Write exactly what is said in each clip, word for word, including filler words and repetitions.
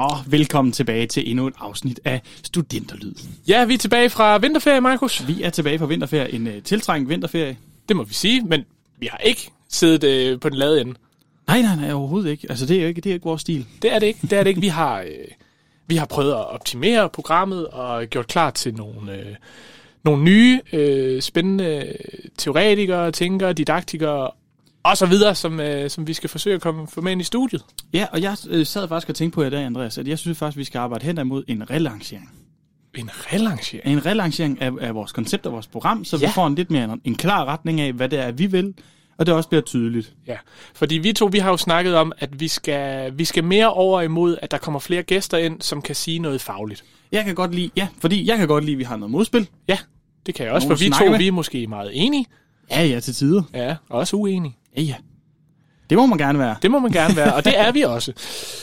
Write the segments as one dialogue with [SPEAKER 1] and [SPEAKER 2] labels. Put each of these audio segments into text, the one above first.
[SPEAKER 1] Og velkommen tilbage til endnu et afsnit af Studenterlyd.
[SPEAKER 2] Ja, vi er tilbage fra vinterferie, Markus.
[SPEAKER 1] Vi er tilbage fra vinterferie, en uh, tiltrængt vinterferie.
[SPEAKER 2] Det må vi sige, men vi har ikke siddet uh, på den lade ende.
[SPEAKER 1] Nej, nej, nej, overhovedet ikke. Altså, det er jo ikke, det er ikke vores stil.
[SPEAKER 2] Det er det ikke. Det er det ikke. Vi har, uh, vi har prøvet at optimere programmet og gjort klar til nogle, uh, nogle nye, uh, spændende teoretikere, tænkere, didaktikere og så videre, som, uh, som vi skal forsøge at komme få med ind i studiet.
[SPEAKER 1] Ja, og jeg øh, sad faktisk og tænkte på i dag, Andreas, at jeg synes faktisk, vi skal arbejde hen imod en relancering.
[SPEAKER 2] En relancering?
[SPEAKER 1] En relancering af, af vores koncept og vores program, så
[SPEAKER 2] ja.
[SPEAKER 1] vi får en lidt mere en, en klar retning af, hvad det er, vi vil, og det også bliver tydeligt.
[SPEAKER 2] Ja, fordi vi to, vi har jo snakket om, at vi skal, vi skal mere over imod, at der kommer flere gæster ind, som kan sige noget fagligt.
[SPEAKER 1] Jeg kan godt lide, ja, fordi jeg kan godt lide, at vi har noget modspil.
[SPEAKER 2] Ja, det kan jeg også,
[SPEAKER 1] Nogen
[SPEAKER 2] for vi to,
[SPEAKER 1] med.
[SPEAKER 2] vi er måske meget enige.
[SPEAKER 1] Ja, ja, til tider.
[SPEAKER 2] Ja, og også uenige.
[SPEAKER 1] Ja, ja. Det må man gerne være.
[SPEAKER 2] Det må man gerne være, og det er vi også.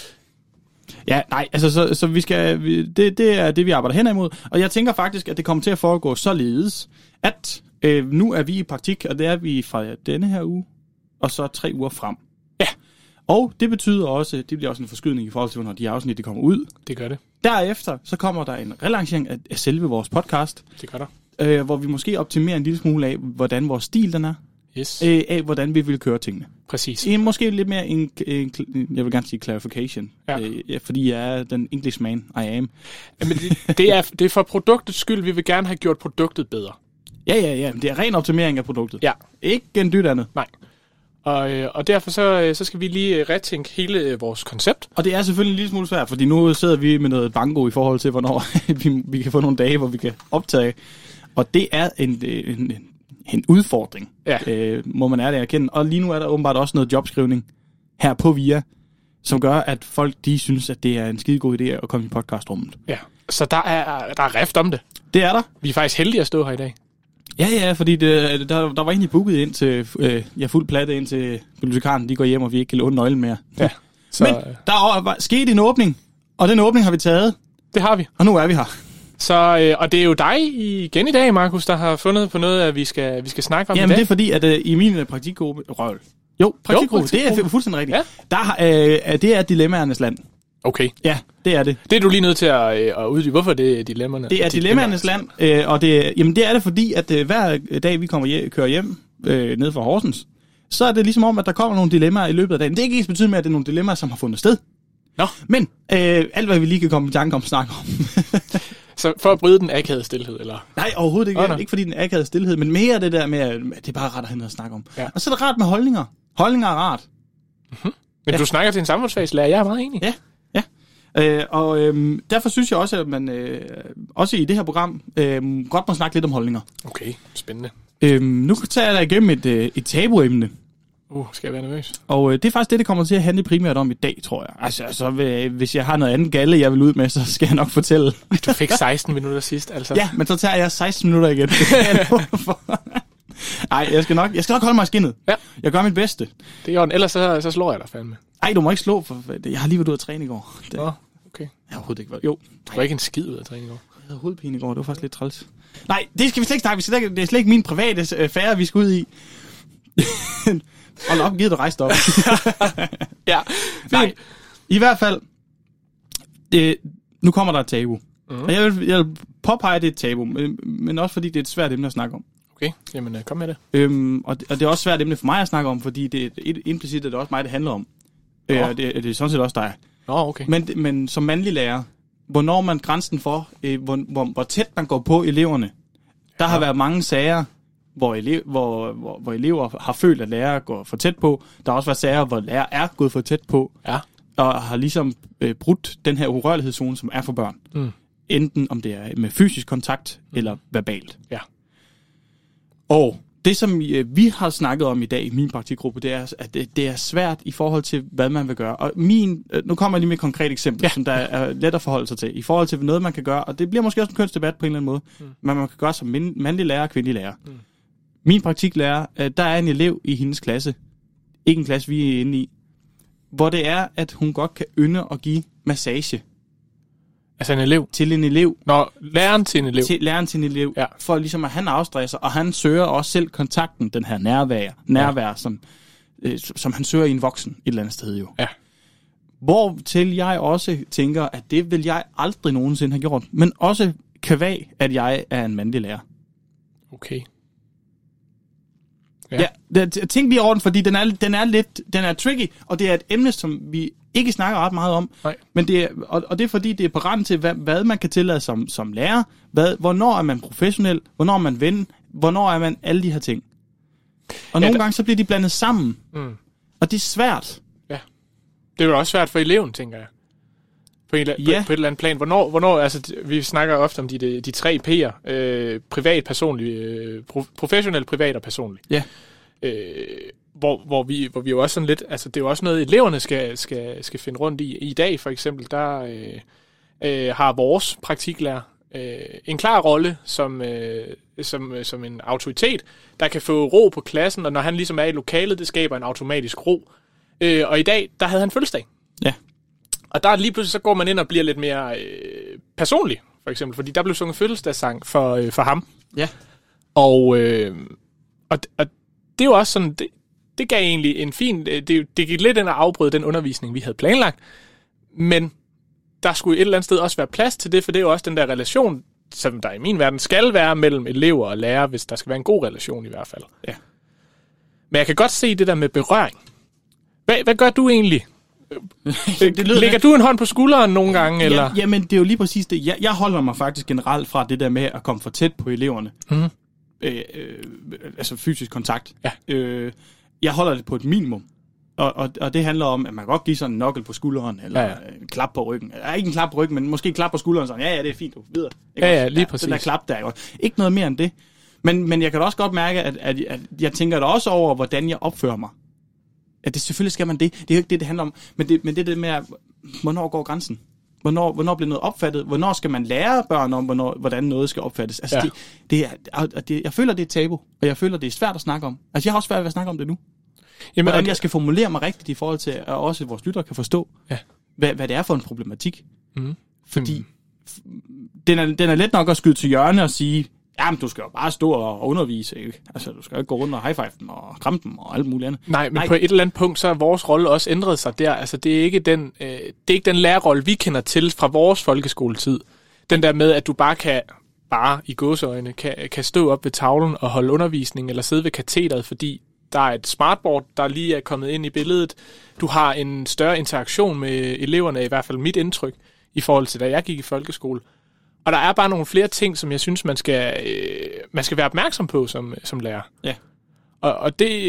[SPEAKER 1] Ja, nej, altså så, så vi skal, vi, det, det er det, vi arbejder hen imod. Og jeg tænker faktisk, at det kommer til at foregå således, at øh, nu er vi i praktik, og det er vi fra denne her uge, og så tre uger frem.
[SPEAKER 2] Ja.
[SPEAKER 1] Og det betyder også, det bliver også en forskydning i forhold til, når de afsnit de kommer ud.
[SPEAKER 2] Det gør det.
[SPEAKER 1] Derefter, så kommer der en relancering af, af selve vores podcast.
[SPEAKER 2] Det gør der.
[SPEAKER 1] Øh, hvor vi måske optimerer en lille smule af, hvordan vores stil den er.
[SPEAKER 2] Yes.
[SPEAKER 1] Øh, af, hvordan vi vil køre tingene.
[SPEAKER 2] Præcis.
[SPEAKER 1] En, måske lidt mere en, en, jeg vil gerne sige clarification,
[SPEAKER 2] ja.
[SPEAKER 1] øh, fordi jeg er den Englishman, I am.
[SPEAKER 2] Men det, det, er, det er for produktets skyld, vi vil gerne have gjort produktet bedre.
[SPEAKER 1] Ja, ja, ja, det er ren optimering af produktet.
[SPEAKER 2] Ja.
[SPEAKER 1] Ikke en dyt andet.
[SPEAKER 2] Nej. Og, og derfor så, så skal vi lige retænke hele vores koncept.
[SPEAKER 1] Og det er selvfølgelig en lille smule svært, fordi nu sidder vi med noget bango i forhold til, hvornår vi, vi kan få nogle dage, hvor vi kan optage. Og det er en, en, en udfordring,
[SPEAKER 2] ja.
[SPEAKER 1] øh, må man ærligt erkende. Og lige nu er der åbenbart også noget jobskrivning her på V I A, som gør, at folk de synes, at det er en skide god idé at komme i podcastrummet.
[SPEAKER 2] Ja, så der er, der er rift om det.
[SPEAKER 1] Det er der.
[SPEAKER 2] Vi er faktisk heldige at stå her i dag.
[SPEAKER 1] Ja, ja, fordi det, der, der var egentlig booket ind til, øh, jeg fuld platte ind til bibliotekaren, de går hjem, og vi ikke kan låne nøglen mere.
[SPEAKER 2] Ja.
[SPEAKER 1] Så, men der var sket en åbning, og den åbning har vi taget.
[SPEAKER 2] Det har vi.
[SPEAKER 1] Og nu er vi her.
[SPEAKER 2] Så, øh, og det er jo dig igen i dag, Markus, der har fundet på noget, at vi skal, vi skal snakke om.
[SPEAKER 1] Jamen
[SPEAKER 2] i dag.
[SPEAKER 1] det er fordi, at øh, i min praktikgruppe, røv. Jo, praktikgruppe, det er fuldstændig rigtigt.
[SPEAKER 2] Ja.
[SPEAKER 1] Der, øh, det er dilemmaernes land.
[SPEAKER 2] Okay.
[SPEAKER 1] Ja, det er det.
[SPEAKER 2] Det er du lige nødt til at, at uddybe. Hvorfor er det dilemmaerne?
[SPEAKER 1] Det er dilemmaernes land, øh, og det, jamen det er det fordi, at øh, hver dag vi kommer hjem, kører hjem øh, ned fra Horsens, så er det ligesom om, at der kommer nogle dilemmaer i løbet af dagen. Det er ikke ens betydende med, at det er nogle dilemmaer, som har fundet sted.
[SPEAKER 2] Nå.
[SPEAKER 1] Men øh, alt, hvad vi lige kan komme i tanke om, snakke om.
[SPEAKER 2] Så for at bryde den akavede stilhed, eller?
[SPEAKER 1] Nej, overhovedet ikke.
[SPEAKER 2] Oh,
[SPEAKER 1] ikke fordi den akavede stilhed, men mere det der med, at det er bare ret at have noget at snakke om.
[SPEAKER 2] Ja.
[SPEAKER 1] Og så er det rart med holdninger. Holdninger er rart.
[SPEAKER 2] Mm-hmm. Men ja. Du snakker til en samfundsfagslærer, jeg er meget enig.
[SPEAKER 1] Ja, ja. Øh, og øh, derfor synes jeg også, at man øh, også i det her program øh, godt må snakke lidt om holdninger.
[SPEAKER 2] Okay, spændende.
[SPEAKER 1] Øh, nu tager jeg dig igennem et, øh, et tabuemne.
[SPEAKER 2] Uh, skal jeg være nervøs?
[SPEAKER 1] Og øh, det er faktisk det, det kommer til at handle primært om i dag, tror jeg. Altså, så vil, hvis jeg har noget andet galle, jeg vil ud med, så skal jeg nok fortælle.
[SPEAKER 2] Du fik seksten minutter sidst, altså.
[SPEAKER 1] Ja, men så tager jeg seksten minutter igen. Nej, jeg skal nok, jeg skal nok holde mig i skindet.
[SPEAKER 2] Ja.
[SPEAKER 1] Jeg gør mit bedste.
[SPEAKER 2] Det er jo, ellers så, så slår jeg dig fandme.
[SPEAKER 1] Ej, du må ikke slå, for jeg har lige været ude at træne i går. Det,
[SPEAKER 2] Nå, okay.
[SPEAKER 1] Jeg har overhovedet ikke været. Jo.
[SPEAKER 2] Du var ikke en skid ud af træne i går.
[SPEAKER 1] Jeg havde hovedpine i går, det var faktisk lidt træls. Nej, det skal vi slet ikke snakke. Vi skal slet ikke, det er slet ikke min private affære, vi skal ud i. Hold op, gider du rejse dig op?
[SPEAKER 2] Ja.
[SPEAKER 1] Nej, i hvert fald, det, nu kommer der et tabu. Mm. Og jeg vil, jeg vil påpege, at det er et tabu, men, men også fordi det er et svært emne at snakke om.
[SPEAKER 2] Okay, jamen kom med det.
[SPEAKER 1] Øhm, og, det og det er også svært emne for mig at snakke om, fordi det er et, implicit er det også mig, det handler om. Oh. Øh, det, det er sådan set også dig.
[SPEAKER 2] Oh, okay.
[SPEAKER 1] Men, men som mandlig lærer, hvornår man grænsen for, øh, hvor, hvor, hvor tæt man går på eleverne, der ja. har været mange sager, Hvor, elev, hvor, hvor, hvor elever har følt, at lærere går for tæt på. Der har også været sager, hvor lærere er gået for tæt på,
[SPEAKER 2] ja.
[SPEAKER 1] og har ligesom øh, brudt den her urørlighedszone, som er for børn.
[SPEAKER 2] Mm.
[SPEAKER 1] Enten om det er med fysisk kontakt, mm. eller verbalt.
[SPEAKER 2] Ja.
[SPEAKER 1] Og det, som øh, vi har snakket om i dag i min praktikgruppe, det er, at det, det er svært i forhold til, hvad man vil gøre. Og min, øh, nu kommer jeg lige med et konkret eksempel, ja. som der er let at forholde sig til, i forhold til noget, man kan gøre. Og det bliver måske også en kønsdebat på en eller anden måde, mm. men man kan gøre som mandlig lærer og kvindelig lærer. Mm. Min praktiklærer, der er en elev i hendes klasse, ikke en klasse, vi er inde i, hvor det er, at hun godt kan ynde at give massage.
[SPEAKER 2] Altså en elev?
[SPEAKER 1] Til en elev.
[SPEAKER 2] Nå, læreren til en elev.
[SPEAKER 1] Til læreren til en elev.
[SPEAKER 2] Ja.
[SPEAKER 1] For ligesom at han afstresser, og han søger også selv kontakten, den her nærvær, nærvær ja. som, øh, som han søger i en voksen et eller andet sted jo.
[SPEAKER 2] Ja.
[SPEAKER 1] Hvor til jeg også tænker, at det vil jeg aldrig nogensinde have gjort. Men også kvæg, at jeg er en mandlig lærer.
[SPEAKER 2] Okay.
[SPEAKER 1] Ja, ja det, tænk lige over den, fordi den er, den er lidt den er tricky, og det er et emne, som vi ikke snakker ret meget om.
[SPEAKER 2] Nej. Men
[SPEAKER 1] det er, og, og det er fordi, det er på randen til, hvad, hvad man kan tillade som, som lærer. Hvad, hvornår er man professionel? Hvornår er man ven? Hvornår er man alle de her ting? Og ja, nogle der... gange så bliver de blandet sammen. Mm. Og det er svært.
[SPEAKER 2] Ja. Det er jo også svært for eleven, tænker jeg. På, en,
[SPEAKER 1] ja.
[SPEAKER 2] på, på et eller andet plan. Hvornår, hvornår altså, vi snakker ofte om de, de, de tre P'er. Øh, privat, personlig, øh, professionel, privat og personlig.
[SPEAKER 1] Ja.
[SPEAKER 2] Øh, hvor, hvor, vi, hvor vi jo også sådan lidt, altså det er jo også noget, eleverne skal, skal, skal finde rundt i. I dag for eksempel, der øh, øh, har vores praktiklærer øh, en klar rolle som, øh, som, øh, som en autoritet, der kan få ro på klassen, og når han ligesom er i lokalet, det skaber en automatisk ro. Øh, og i dag, der havde han fødselsdag.
[SPEAKER 1] Ja.
[SPEAKER 2] Og der lige pludselig, så går man ind og bliver lidt mere øh, personlig, for eksempel, fordi der blev sunget fødselsdagssang for, øh, for ham.
[SPEAKER 1] Ja.
[SPEAKER 2] Og, øh, og, og det er jo også sådan, det, det gav egentlig en fin, det, det gik lidt ind at afbryde den undervisning, vi havde planlagt, men der skulle et eller andet sted også være plads til det, for det er jo også den der relation, som der i min verden skal være mellem elever og lærere, hvis der skal være en god relation i hvert fald.
[SPEAKER 1] Ja.
[SPEAKER 2] Men jeg kan godt se det der med berøring. Hvad, hvad gør du egentlig? det Lægger du en hånd på skulderen nogle gange? Eller?
[SPEAKER 1] Ja, jamen, det er jo lige præcis det. Jeg, jeg holder mig faktisk generelt fra det der med at komme for tæt på eleverne.
[SPEAKER 2] Mm.
[SPEAKER 1] Øh, øh, altså fysisk kontakt.
[SPEAKER 2] Ja.
[SPEAKER 1] Øh, jeg holder det på et minimum. Og, og, og det handler om, at man kan godt give sådan en nokkel på skulderen, eller ja, ja. en klap på ryggen. Ja, ikke en klap på ryggen, men måske en klap på skulderen. Sådan, ja, ja, det er fint, du videre.
[SPEAKER 2] Ja, ja, lige præcis.
[SPEAKER 1] Den der klap der, ikke? Ikke noget mere end det. Men, men jeg kan da også godt mærke, at, at, at jeg tænker da også over, hvordan jeg opfører mig. Ja, det selvfølgelig skal man det. Det er jo ikke det, det handler om. Men det, men det er det med, at, hvornår går grænsen? Hvornår, hvornår bliver noget opfattet? Hvornår skal man lære børn om, hvornår, hvordan noget skal opfattes? Altså, ja. det, det er, det, jeg føler, det er et tabu, og jeg føler, det er svært at snakke om. Altså, jeg har også svært ved at snakke om det nu. Jamen, hvordan jeg skal formulere mig rigtigt i forhold til, at også vores lyttere kan forstå,
[SPEAKER 2] ja.
[SPEAKER 1] hvad, hvad det er for en problematik.
[SPEAKER 2] Mm.
[SPEAKER 1] Fordi mm. den, er, den er let nok at skyde til hjørne og sige, jamen, du skal jo bare stå og undervise, ikke? Altså, du skal ikke gå rundt og high-five dem og kramme dem og alt muligt andet.
[SPEAKER 2] Nej, men Nej. På et eller andet punkt, så er vores rolle også ændret sig der. Altså, det er ikke den, øh, det er ikke den lærerrolle, vi kender til fra vores folkeskoletid. Den der med, at du bare kan, bare i gåseøjne, kan, kan stå op ved tavlen og holde undervisning, eller sidde ved katedret, fordi der er et smartboard, der lige er kommet ind i billedet. Du har en større interaktion med eleverne, i hvert fald mit indtryk, i forhold til da jeg gik i folkeskole. Og der er bare nogle flere ting, som jeg synes, man skal, øh, man skal være opmærksom på som, som lærer.
[SPEAKER 1] Ja.
[SPEAKER 2] Og, og det,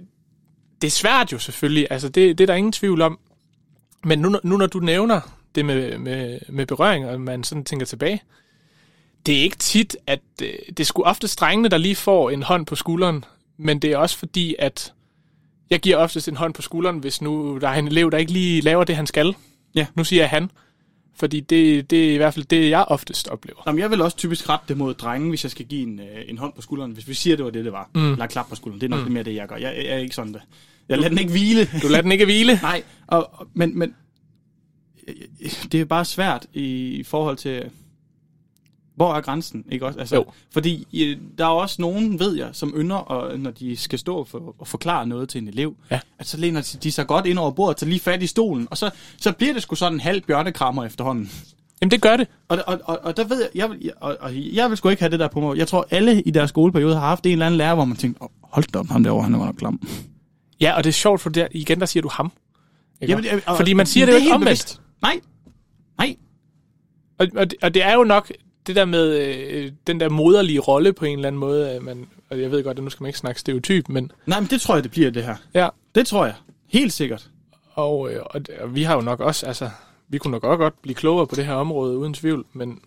[SPEAKER 2] det er svært jo selvfølgelig, altså det, det er der ingen tvivl om. Men nu, nu når du nævner det med, med, med berøring, og man sådan tænker tilbage, det er ikke tit, at øh, det er sgu ofte drengene, der lige får en hånd på skulderen, men det er også fordi, at jeg giver oftest en hånd på skulderen, hvis nu der er en elev, der ikke lige laver det, han skal.
[SPEAKER 1] Ja.
[SPEAKER 2] Nu siger jeg han. Fordi det, det er i hvert fald det, jeg oftest oplever.
[SPEAKER 1] Jamen, jeg vil også typisk rette det mod drengen, hvis jeg skal give en, en hånd på skulderen. Hvis vi siger, det var det, det var.
[SPEAKER 2] Mm.
[SPEAKER 1] Eller klap på skulderen. Det er nok mm. det mere det, jeg gør. Jeg, jeg er ikke sådan det. Jeg lader den ikke hvile.
[SPEAKER 2] Du lader den ikke hvile?
[SPEAKER 1] Nej, og, og, men, men det er bare svært i forhold til, hvor er grænsen, ikke også? Altså, fordi der er også nogen, ved jeg, som ynder, og når de skal stå for, og forklare noget til en elev,
[SPEAKER 2] ja.
[SPEAKER 1] at så læner de sig godt ind over bordet, tager lige fat i stolen, og så, så bliver det sgu sådan en halv bjørnekrammer efterhånden.
[SPEAKER 2] Jamen, det gør det.
[SPEAKER 1] Og, og, og, og der ved jeg, jeg vil, og, og jeg vil sgu ikke have det der på mig. Jeg tror, alle i deres skoleperiode har haft en eller anden lærer, hvor man tænker, oh, hold da op, ham derovre, han er godt nok klam.
[SPEAKER 2] Ja, og det er sjovt, for der, igen, der siger du ham.
[SPEAKER 1] Jamen, det, og,
[SPEAKER 2] fordi man siger det, det jo ikke omvendt.
[SPEAKER 1] Nej, nej.
[SPEAKER 2] Og, og, det, og det er jo nok det der med øh, den der moderlige rolle på en eller anden måde, at man, og jeg ved godt, at nu skal man ikke snakke stereotyp, men...
[SPEAKER 1] Nej, men det tror jeg, det bliver det her.
[SPEAKER 2] Ja.
[SPEAKER 1] Det tror jeg. Helt sikkert.
[SPEAKER 2] Og, øh, og, og vi har jo nok også, altså, vi kunne nok også godt blive klogere på det her område, uden tvivl, men...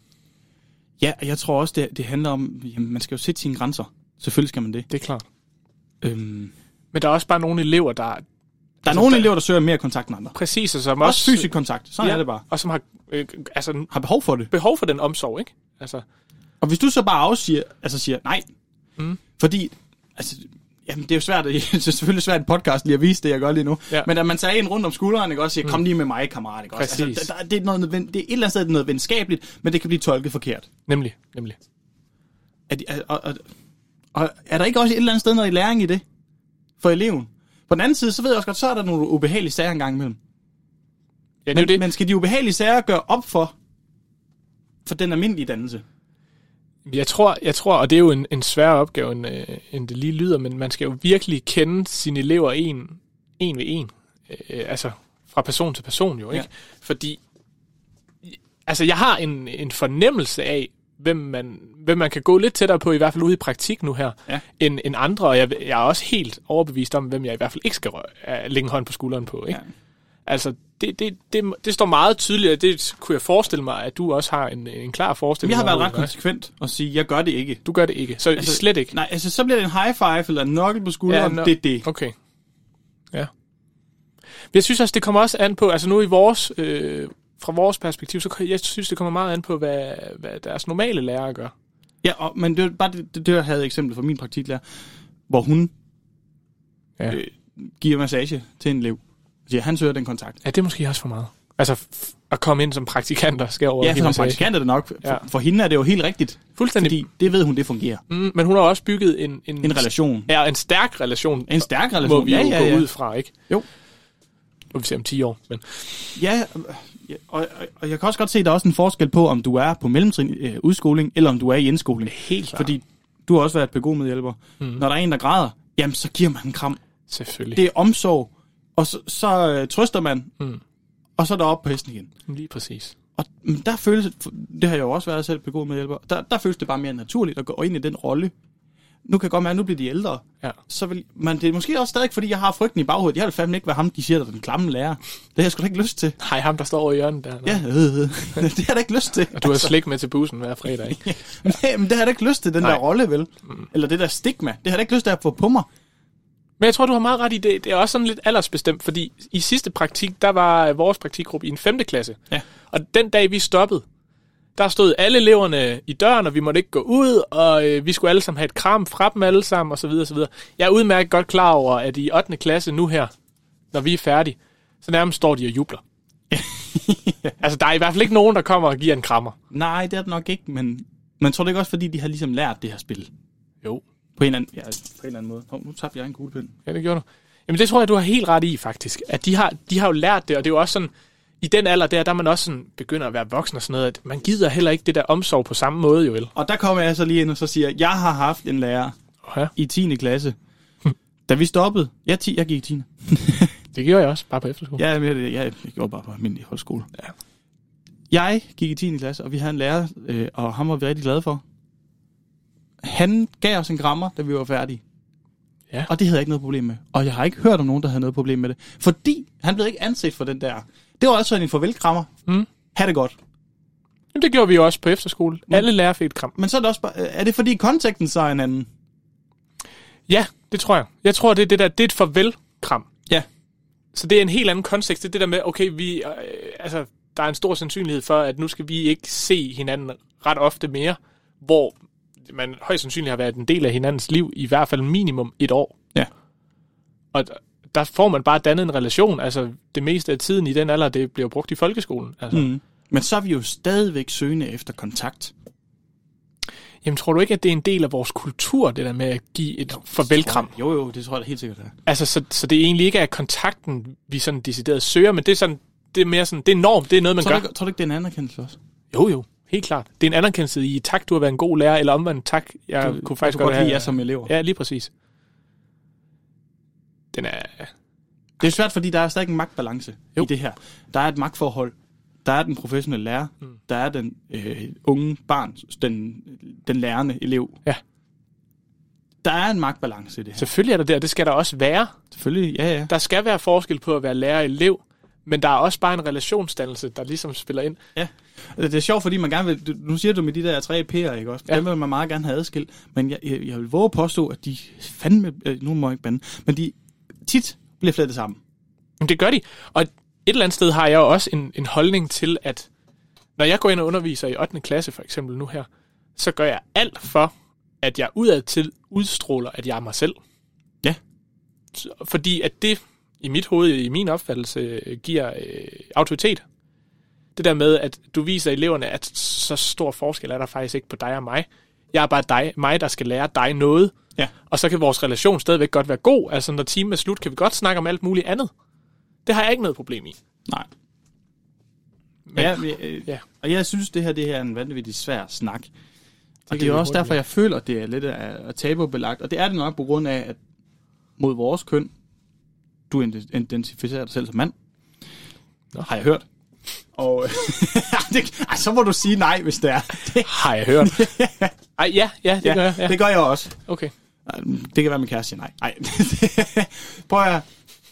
[SPEAKER 1] Ja, jeg tror også, det, det handler om, jamen, man skal jo sætte sine grænser. Selvfølgelig skal man det.
[SPEAKER 2] Det er klart.
[SPEAKER 1] Øhm,
[SPEAKER 2] men der er også bare nogle elever, der...
[SPEAKER 1] Der er altså, nogle der, elever, der søger mere kontakt med andre.
[SPEAKER 2] Præcis, og som
[SPEAKER 1] også...
[SPEAKER 2] også
[SPEAKER 1] fysisk kontakt, sådan ja, er det bare.
[SPEAKER 2] Og som har, øh, altså,
[SPEAKER 1] har behov for det.
[SPEAKER 2] Behov for den omsorg, ikke? Altså.
[SPEAKER 1] Og hvis du så bare afsiger, altså siger nej,
[SPEAKER 2] mm.
[SPEAKER 1] fordi, altså, jamen det er jo svært, det er selvfølgelig svært i podcast lige at vise det, jeg gør lige nu,
[SPEAKER 2] ja.
[SPEAKER 1] Men at man tager en rundt om skulderen, ikke også, siger, kom lige med mig, kammerat, ikke også? Altså, der, der, det, er noget, det er et eller andet sted noget venskabeligt, men det kan blive tolket forkert.
[SPEAKER 2] Nemlig, nemlig.
[SPEAKER 1] Er, de, og, og, og er der ikke også et eller andet sted noget i læring i det? For eleven? På den anden side, så ved jeg også godt, så er der nogle ubehagelige sager engang imellem.
[SPEAKER 2] Ja, det
[SPEAKER 1] men,
[SPEAKER 2] det.
[SPEAKER 1] men skal de ubehagelige sager gøre op for, for den almindelige dannelse?
[SPEAKER 2] Jeg tror, jeg tror, og det er jo en, en sværere opgave, end, øh, end det lige lyder, men man skal jo virkelig kende sine elever en, en ved en. Øh, altså fra person til person jo, ikke? Ja. Fordi altså, jeg har en, en fornemmelse af, hvem man, hvem man kan gå lidt tættere på, i hvert fald ude i praktik nu her, ja. end, end andre, og jeg, jeg er også helt overbevist om, hvem jeg i hvert fald ikke skal røre, lægge hånd på skulderen på, ikke? Ja. Altså, det, det, det, det står meget tydeligt, og det kunne jeg forestille mig, at du også har en, en klar forestilling.
[SPEAKER 1] Jeg har været ret konsekvent og sige, jeg gør det ikke.
[SPEAKER 2] Du gør det ikke, så altså, slet ikke?
[SPEAKER 1] Nej, altså så bliver det en high five eller en knuckle på skulderen, ja, no, det er det.
[SPEAKER 2] Okay, ja. Men jeg synes også, det kommer også an på, altså nu i vores, øh, fra vores perspektiv, så jeg synes, det kommer meget an på, hvad, hvad deres normale lærere gør.
[SPEAKER 1] Ja, og, men det var bare det, det, det jeg havde eksempel fra min praktiklærer, hvor hun ja. øh, giver massage til en elev. Så han søger den kontakt.
[SPEAKER 2] Ja, det er måske også for meget. Altså f- at komme ind som praktikanter skal over.
[SPEAKER 1] Ja, som praktikant er det nok. For, ja. for hende er det jo helt rigtigt.
[SPEAKER 2] Fuldstændig.
[SPEAKER 1] Fordi det ved hun, det fungerer.
[SPEAKER 2] Mm, men hun har også bygget en... En,
[SPEAKER 1] en relation.
[SPEAKER 2] Ja, en stærk relation.
[SPEAKER 1] En stærk relation.
[SPEAKER 2] Må vi jo ja, ja, ja. gå ud fra, ikke?
[SPEAKER 1] Jo.
[SPEAKER 2] Nu vi se om ti år. Men.
[SPEAKER 1] Ja, og, og jeg kan også godt se, at der er også en forskel på, om du er på mellemtrin øh, udskoling, eller om du er i indskoling.
[SPEAKER 2] Helt klart.
[SPEAKER 1] Fordi du har også været pædagogmedhjælper. Mm. Når der er en, der græder, jamen så giver man en kram.
[SPEAKER 2] Selvfølgelig.
[SPEAKER 1] Det er omsorg. Og så, så øh, trøster man,
[SPEAKER 2] mm.
[SPEAKER 1] og så er der op på hesten igen.
[SPEAKER 2] Lige præcis.
[SPEAKER 1] Og der føles, det har jeg jo også været selv pædagogmedhjælper, der, der føles det bare mere naturligt at gå ind i den rolle. Nu kan jeg godt mærke, at nu bliver de ældre. Ja. Så vil, men det er måske også stadig, fordi jeg har frygten i baghovedet. Jeg vil fandme ikke være ham, de siger, der er den klamme lærer. Det har jeg sgu da ikke lyst til.
[SPEAKER 2] Nej, ham, der står over i hjørnet der.
[SPEAKER 1] Ja, øh, øh. det har jeg da ikke lyst til.
[SPEAKER 2] Og du har slik med til bussen hver fredag, ikke?
[SPEAKER 1] Nej, men det har jeg da ikke lyst til, den Nej. der rolle, vel? Mm. Eller det der stigma. Det har jeg da ikke lyst til at få på mig.
[SPEAKER 2] Men jeg tror, du har meget ret i det. Det er også sådan lidt aldersbestemt, fordi i sidste praktik, der var vores praktikgruppe i en femte klasse. Ja. Og den dag, vi stoppede, der stod alle eleverne i døren, og vi måtte ikke gå ud, og øh, vi skulle alle sammen have et kram fra dem alle sammen, og så videre, og så videre. Jeg er udmærket godt klar over, at i ottende klasse nu her, når vi er færdige, så nærmest står de og jubler. Altså, der er i hvert fald ikke nogen, der kommer og giver en krammer.
[SPEAKER 1] Nej, det er det nok ikke, men man tror det ikke også, fordi de har ligesom lært det her spil?
[SPEAKER 2] Jo.
[SPEAKER 1] På en eller anden, ja, på en eller anden måde. Hov, nu tabte jeg en kuglepind.
[SPEAKER 2] Ja, det gjorde du. Jamen, det tror jeg, du har helt ret i, faktisk. At de har, de har jo lært det, og det er jo også sådan, i den alder der, der er man også sådan, begynder at være voksen og sådan noget, at man gider heller ikke det der omsorg på samme måde, jo vel. Og
[SPEAKER 1] der kommer jeg så lige ind og så siger, jeg har haft en lærer
[SPEAKER 2] ja.
[SPEAKER 1] i tiende klasse, da vi stoppede. Jeg, ti, jeg gik i tiende
[SPEAKER 2] Det gjorde jeg også, bare på efterskole.
[SPEAKER 1] Ja, jeg, jeg, jeg gjorde bare på almindelig højskole. Ja. Jeg gik i tiende klasse, og vi havde en lærer, øh, og ham var vi rigtig glade for. Han gav os en grammer, da vi var færdige.
[SPEAKER 2] Ja.
[SPEAKER 1] Og det havde jeg ikke noget problem med. Og jeg har ikke hørt om nogen, der havde noget problem med det. Fordi han blev ikke anset for den der. Det var altså en farvelkrammer.
[SPEAKER 2] Mm.
[SPEAKER 1] Ha' det godt.
[SPEAKER 2] Jamen, det gjorde vi jo også på efterskole. Mm. Alle lærere fik et kram.
[SPEAKER 1] Men så er det også bare, er det fordi konteksten så er en anden?
[SPEAKER 2] Ja, det tror jeg. Jeg tror, det er det der, det er et farvelkram.
[SPEAKER 1] Ja.
[SPEAKER 2] Så det er en helt anden kontekst. Det er det der med, okay, vi, øh, altså, der er en stor sandsynlighed for, at nu skal vi ikke se hinanden ret ofte mere, hvor man højst sandsynligt har været en del af hinandens liv, i hvert fald minimum et år.
[SPEAKER 1] Ja.
[SPEAKER 2] Og der får man bare dannet en relation. Altså, det meste af tiden i den alder, det bliver brugt i folkeskolen. Altså.
[SPEAKER 1] Mm. Men så er vi jo stadigvæk søgende efter kontakt.
[SPEAKER 2] Jamen, tror du ikke, at det er en del af vores kultur, det der med at give et farvelkram?
[SPEAKER 1] Jo, jo, det tror jeg da helt sikkert, det er.
[SPEAKER 2] Altså, så, så det er egentlig ikke af kontakten, vi sådan decideret søger, men det er sådan, det er mere sådan, det er norm, det er noget, man
[SPEAKER 1] tror
[SPEAKER 2] gør.
[SPEAKER 1] Du, tror du ikke, det er en anerkendelse også?
[SPEAKER 2] Jo, jo. Helt klart. Det er en anerkendelse i, tak, du har været en god lærer, eller omvendt, tak, jeg
[SPEAKER 1] du,
[SPEAKER 2] kunne faktisk
[SPEAKER 1] godt,
[SPEAKER 2] godt
[SPEAKER 1] have jer som elever.
[SPEAKER 2] Ja, lige præcis. Den er...
[SPEAKER 1] Det er svært, fordi der er stadig en magtbalance jo. i det her. Der er et magtforhold. Der er den professionelle lærer. Mm. Der er den øh, unge barn, den, den lærende elev.
[SPEAKER 2] Ja.
[SPEAKER 1] Der er en magtbalance i det her.
[SPEAKER 2] Selvfølgelig er der det, og det skal der også være.
[SPEAKER 1] Selvfølgelig, ja, ja.
[SPEAKER 2] Der skal være forskel på at være lærer og elev, men der er også bare en relationsdannelse, der ligesom spiller ind.
[SPEAKER 1] Ja, det er sjovt, fordi man gerne vil... Nu siger du med de der tre P'er, ikke også? Ja. Dem vil man meget gerne have adskilt. Men jeg, jeg, jeg vil våge påstå, at de fandme... Øh, nu må jeg ikke bande. Men de tit bliver flettet sammen.
[SPEAKER 2] Det gør de. Og et eller andet sted har jeg jo også en, en holdning til, at når jeg går ind og underviser i ottende klasse for eksempel nu her, så gør jeg alt for, at jeg udadtil udstråler, at jeg er mig selv.
[SPEAKER 1] Ja.
[SPEAKER 2] Fordi at det... i mit hoved, i min opfattelse, giver øh, autoritet. Det der med, at du viser eleverne, at så stor forskel er der faktisk ikke på dig og mig. Jeg er bare dig, mig, der skal lære dig noget.
[SPEAKER 1] Ja.
[SPEAKER 2] Og så kan vores relation stadigvæk godt være god. Altså, når timen er slut, kan vi godt snakke om alt muligt andet. Det har jeg ikke noget problem i.
[SPEAKER 1] Nej.
[SPEAKER 2] Men,
[SPEAKER 1] ja, øh,
[SPEAKER 2] ja.
[SPEAKER 1] Og jeg synes, det her, det her er en vanvittig svær snak. Det og det er også
[SPEAKER 2] hurtigt.
[SPEAKER 1] derfor, jeg føler, at det er lidt af tabubelagt. Og det er det nok på grund af, at mod vores køn, du identificerer dig selv som mand. Nå. Har jeg hørt. Og det, ej, så må du sige nej, hvis det er. Det.
[SPEAKER 2] Har jeg hørt? Ej, ja, ja, det
[SPEAKER 1] ja,
[SPEAKER 2] gør jeg. Ja.
[SPEAKER 1] Det gør jeg også.
[SPEAKER 2] Okay.
[SPEAKER 1] Det kan være, min kæreste siger nej. Nej. Prøv at...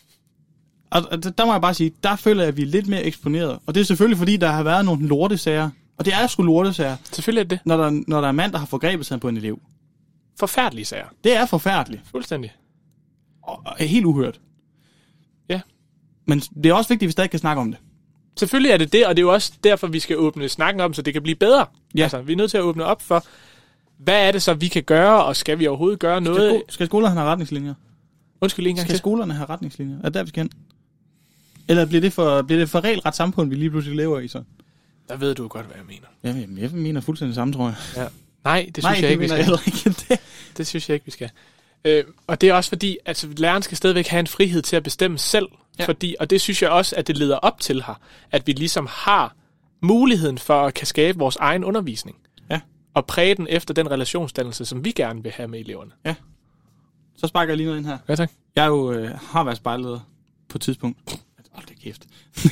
[SPEAKER 1] Og der må jeg bare sige, der føler jeg, at vi er lidt mere eksponeret. Og det er selvfølgelig, fordi der har været nogle lortesager. Og det er sgu lortesager.
[SPEAKER 2] Selvfølgelig er det.
[SPEAKER 1] Når der, når der er en mand, der har forgrebet sig på en elev.
[SPEAKER 2] Forfærdelige sager.
[SPEAKER 1] Det er forfærdeligt.
[SPEAKER 2] Fuldstændig.
[SPEAKER 1] Og er helt uhørt.
[SPEAKER 2] Ja.
[SPEAKER 1] Men det er også vigtigt, at vi stadig kan snakke om det.
[SPEAKER 2] Selvfølgelig er det det, og det er jo også derfor, vi skal åbne snakken om, så det kan blive bedre.
[SPEAKER 1] Ja.
[SPEAKER 2] Altså, vi er nødt til at åbne op for, hvad er det så, vi kan gøre, og skal vi overhovedet gøre noget?
[SPEAKER 1] Skal, sko- skal skolerne have retningslinjer?
[SPEAKER 2] Undskyld, en gang
[SPEAKER 1] Skal
[SPEAKER 2] til.
[SPEAKER 1] skolerne have retningslinjer? Er det der, vi skal hen? Eller bliver det for, bliver det for regelret samfund, vi lige pludselig lever i så?
[SPEAKER 2] Der ved du godt, hvad jeg mener.
[SPEAKER 1] Ja, jeg, jeg mener fuldstændig samme, tror jeg.
[SPEAKER 2] Ja. Nej, det synes
[SPEAKER 1] Nej,
[SPEAKER 2] jeg
[SPEAKER 1] det
[SPEAKER 2] ikke, vi skal.
[SPEAKER 1] Jeg ikke det.
[SPEAKER 2] det synes jeg ikke, vi skal. Øh, og det er også fordi, altså læreren skal stadigvæk have en frihed til at bestemme selv. Ja. Fordi, og det synes jeg også, at det leder op til her. At vi ligesom har muligheden for at kan skabe vores egen undervisning.
[SPEAKER 1] Ja.
[SPEAKER 2] Og præge den efter den relationsdannelse, som vi gerne vil have med eleverne.
[SPEAKER 1] Ja. Så sparker jeg lige noget ind her.
[SPEAKER 2] Ja, tak.
[SPEAKER 1] Jeg jo øh, har været spejleder på et tidspunkt. Hold da kæft.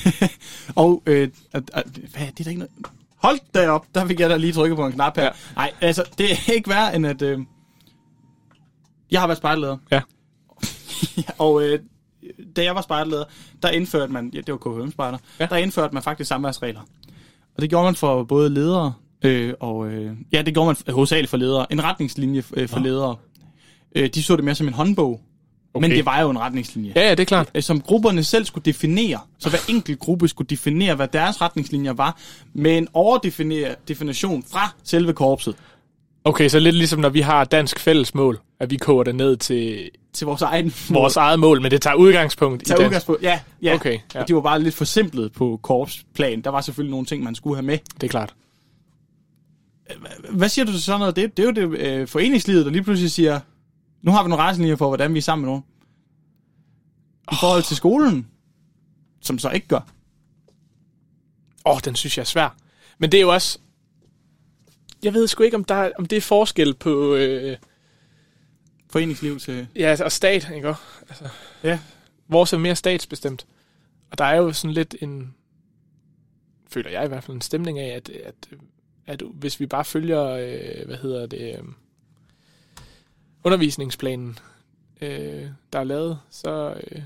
[SPEAKER 1] og øh, at, at, hvad, det er der ikke noget... Hold da op, der fik jeg da lige trykket på en knap her. Ja. Nej, altså, det er ikke værre end at... Øh, jeg har været spejleder.
[SPEAKER 2] Ja.
[SPEAKER 1] og øh, da jeg var spejderleder, der indførte man, ja, det var K H M-spejder, ja. der indførte man faktisk samværsregler. Og det gjorde man for både ledere, øh, og øh, ja, det gjorde man hovedsageligt for ledere. En retningslinje øh, for ja. ledere. Øh, de så det mere som en håndbog, okay. Men det var jo en retningslinje.
[SPEAKER 2] Ja, ja, det er klart.
[SPEAKER 1] Øh, som grupperne selv skulle definere, så hver enkelt gruppe skulle definere, hvad deres retningslinjer var, med en overdefinition fra selve korpset.
[SPEAKER 2] Okay, så lidt ligesom når vi har dansk fællesmål, at vi koger det ned til,
[SPEAKER 1] til vores, egen
[SPEAKER 2] vores eget mål, men det tager udgangspunkt
[SPEAKER 1] tager
[SPEAKER 2] i dansk.
[SPEAKER 1] Udgangspunkt, ja. ja.
[SPEAKER 2] Okay, ja.
[SPEAKER 1] Og de var bare lidt forsimplet på korpsplan. Der var selvfølgelig nogle ting, man skulle have med.
[SPEAKER 2] Det er klart.
[SPEAKER 1] Hvad siger du til sådan noget? Det, det er jo det øh, foreningslivet, der lige pludselig siger, nu har vi nogle retningslinjer for, hvordan vi er sammen med nogen. I forhold til skolen, som så ikke gør.
[SPEAKER 2] Åh, oh, den synes jeg er svær. Men det er jo også... Jeg ved sgu ikke, om, der, om det er forskel på... Øh...
[SPEAKER 1] Foreningsliv til...
[SPEAKER 2] Ja, og stat, ikke? Altså,
[SPEAKER 1] ja.
[SPEAKER 2] Vores er mere statsbestemt. Og der er jo sådan lidt en... Føler jeg i hvert fald en stemning af, at, at, at hvis vi bare følger... Øh, hvad hedder det... Øh, undervisningsplanen, øh, der er lavet, så, øh,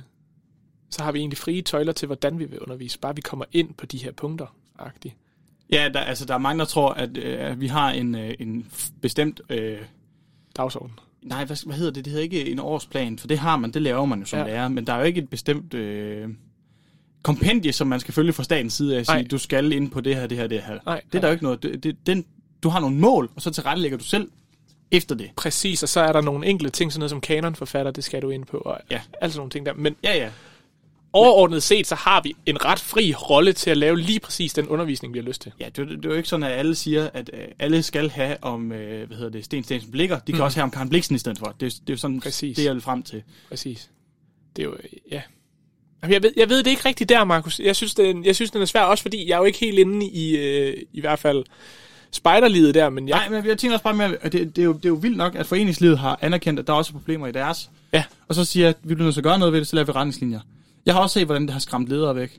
[SPEAKER 2] så har vi egentlig frie tøjler til, hvordan vi vil undervise. Bare vi kommer ind på de her punkter. -agtigt.
[SPEAKER 1] Ja, der, altså der er mange, der tror, at øh, vi har en, øh, en bestemt... Øh,
[SPEAKER 2] dagsorden.
[SPEAKER 1] Nej, hvad, hvad hedder det? Det hedder ikke en årsplan, for det har man, det laver man jo som ja. lærer, men der er jo ikke et bestemt øh, kompendie, som man skal følge fra statens side af at sige, Nej. du skal ind på det her, det her, det her.
[SPEAKER 2] Nej,
[SPEAKER 1] det er der jo ikke noget. Det, det, den, du har nogle mål, og så tilrettelægger du selv efter det.
[SPEAKER 2] Præcis, og så er der nogle enkelte ting, sådan noget som kanonforfatter, det skal du ind på, og
[SPEAKER 1] ja.
[SPEAKER 2] altså nogle ting der. Men
[SPEAKER 1] ja, ja.
[SPEAKER 2] overordnet set, så har vi en ret fri rolle til at lave lige præcis den undervisning, vi har lyst til.
[SPEAKER 1] Ja, det, det er jo ikke sådan, at alle siger, at øh, alle skal have om, øh, hvad hedder det, Sten Stensen Blikker. De kan mm. også have om Karen Bliksen i stedet for. Det, det er jo sådan, præcis. Det jeg vil frem til.
[SPEAKER 2] Præcis. Det er jo, ja. Jeg ved, jeg ved det ikke rigtigt der, Markus. Jeg synes, det, jeg synes, den er svær, også fordi jeg er jo ikke helt inde i, øh, i hvert fald, spejderlivet der, men jeg...
[SPEAKER 1] Nej, men jeg tænker også bare med, at det, det, er jo, det er jo vildt nok, at foreningslivet har anerkendt, at der er også problemer i deres.
[SPEAKER 2] Ja.
[SPEAKER 1] Og så siger at vi bliver nødt til at gøre noget ved det, så laver vi retningslinjer. Jeg har også set, hvordan det har skræmt ledere væk.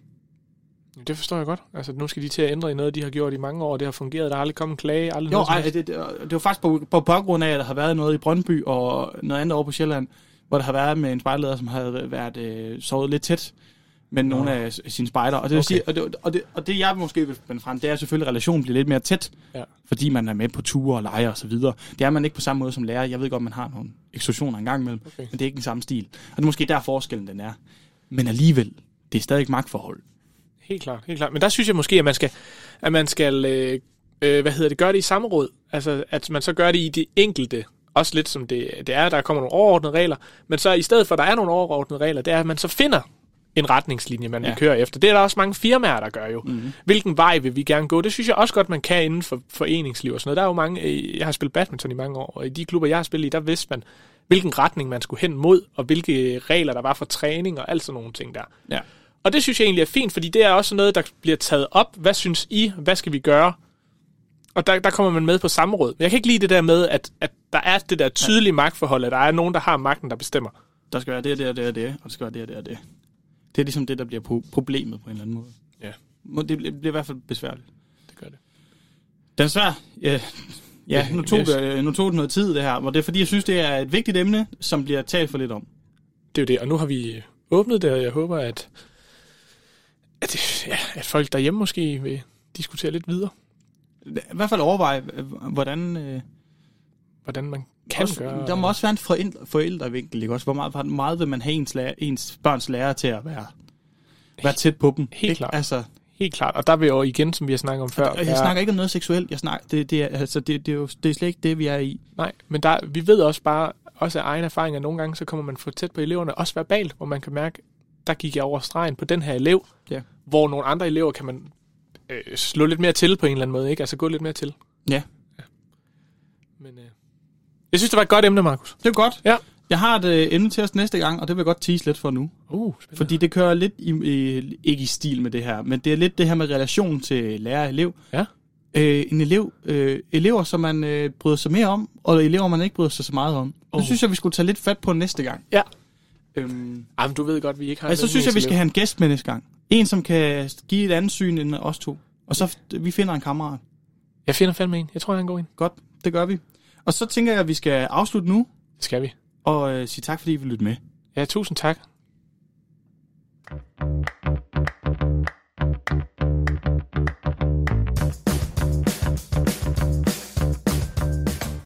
[SPEAKER 2] Det forstår jeg godt. Altså, nu skal de til at ændre i noget, de har gjort i mange år. Det har fungeret. Der har aldrig kommet en klage. Aldrig
[SPEAKER 1] jo,
[SPEAKER 2] noget
[SPEAKER 1] ej, det, det, det var faktisk på, på baggrund af, at der har været noget i Brøndby og noget andet over på Sjælland, hvor der har været med en spejderleder, som havde været øh, sovet lidt tæt med Nå. nogle af sine spejder. Og det, okay. sige, og, det, og, det, og det, jeg måske vil finde frem, det er selvfølgelig, at relationen bliver lidt mere tæt, ja. Fordi man er med på ture og leger og så videre. Det er man ikke på samme måde som lærer. Jeg ved godt, man har nogle eksklusioner en gang imellem, okay. Men det er ikke den samme stil. Og det er måske der forskellen den er. Men alligevel, det er stadig magtforhold.
[SPEAKER 2] Helt klart, helt klart. Men der synes jeg måske, at man skal, at man skal øh, øh, hvad hedder det, gøre det i samråd. Altså, at man så gør det i det enkelte. Også lidt som det, det er, der kommer nogle overordnede regler. Men så i stedet for, at der er nogle overordnede regler, det er, at man så finder en retningslinje, man ja. vil køre efter. Det er der også mange firmaer, der gør jo. Mm-hmm. Hvilken vej vil vi gerne gå? Det synes jeg også godt, man kan inden for foreningsliv og sådan noget. Der er jo mange, jeg har spillet badminton i mange år, og i de klubber, jeg har spillet i, der vidste man, hvilken retning man skulle hen mod, og hvilke regler der var for træning og alt sådan nogle ting der.
[SPEAKER 1] Ja.
[SPEAKER 2] Og det synes jeg egentlig er fint, fordi det er også noget, der bliver taget op. Hvad synes I? Hvad skal vi gøre? Og der, der kommer man med på samråd. Men jeg kan ikke lide det der med, at, at der er det der tydelige magtforhold, at der er nogen, der har magten, der bestemmer. Der
[SPEAKER 1] skal være det, det, det, det, og der skal være det, det, det. Det er ligesom det, der bliver problemet på en eller anden måde.
[SPEAKER 2] Ja.
[SPEAKER 1] Det bliver, bliver i hvert fald besværligt.
[SPEAKER 2] Det gør det.
[SPEAKER 1] Den er svær. Ja, ja nu, tog det, nu tog det noget tid, det her. Og det er fordi, jeg synes, det er et vigtigt emne, som bliver talt for lidt om.
[SPEAKER 2] Det er jo det, og nu har vi åbnet det, og jeg håber, at, at, ja, at folk derhjemme måske vil diskutere lidt videre.
[SPEAKER 1] I hvert fald overveje, hvordan... Øh,
[SPEAKER 2] hvordan man kan
[SPEAKER 1] også,
[SPEAKER 2] gøre...
[SPEAKER 1] Der må også være en forældre, forældrevinkel, ikke også? Hvor meget, hvor meget vil man have ens, lærer, ens børns lærer til at være, være tæt på dem?
[SPEAKER 2] Helt
[SPEAKER 1] ikke?
[SPEAKER 2] klart.
[SPEAKER 1] Altså,
[SPEAKER 2] Helt klart. Og der vil jo igen, som vi har snakket om før...
[SPEAKER 1] Jeg er, snakker ikke om noget seksuelt. Jeg snakker, det, det, er, altså, det, det, er jo, det er slet ikke det, vi er i.
[SPEAKER 2] Nej, men der, vi ved også bare, også af egen erfaring, at nogle gange, så kommer man for tæt på eleverne, også verbalt, hvor man kan mærke, der gik jeg over stregen på den her elev,
[SPEAKER 1] ja. Hvor
[SPEAKER 2] nogle andre elever kan man øh, slå lidt mere til på en eller anden måde, ikke? Altså gå lidt mere til.
[SPEAKER 1] Ja.
[SPEAKER 2] ja. Men øh, jeg synes, det var et godt emne, Markus.
[SPEAKER 1] Det er godt.
[SPEAKER 2] Ja.
[SPEAKER 1] Jeg har et øh, emne til os næste gang, og det vil jeg godt tease lidt for nu.
[SPEAKER 2] Uh,
[SPEAKER 1] Fordi det kører lidt i, i, ikke i stil med det her, men det er lidt det her med relation til lærer og elev.
[SPEAKER 2] Ja.
[SPEAKER 1] Øh, en elev, øh, elever, som man øh, bryder sig mere om, og elever, man ikke bryder sig så meget om. Oh. Det synes jeg, vi skulle tage lidt fat på næste gang.
[SPEAKER 2] Ja.
[SPEAKER 1] Øhm,
[SPEAKER 2] Ej, men du ved godt, vi ikke har...
[SPEAKER 1] Altså, så synes jeg, vi skal have en gæst med næste gang. En, som kan give et andet syn end os to. Og så vi finder en kammerat.
[SPEAKER 2] Jeg finder fandme en. Jeg tror, jeg er en god en.
[SPEAKER 1] Godt, det gør vi. Og så tænker jeg, at vi skal afslutte nu.
[SPEAKER 2] Det skal vi.
[SPEAKER 1] Og øh, sige tak, fordi I vil lytte med.
[SPEAKER 2] Ja, tusind tak.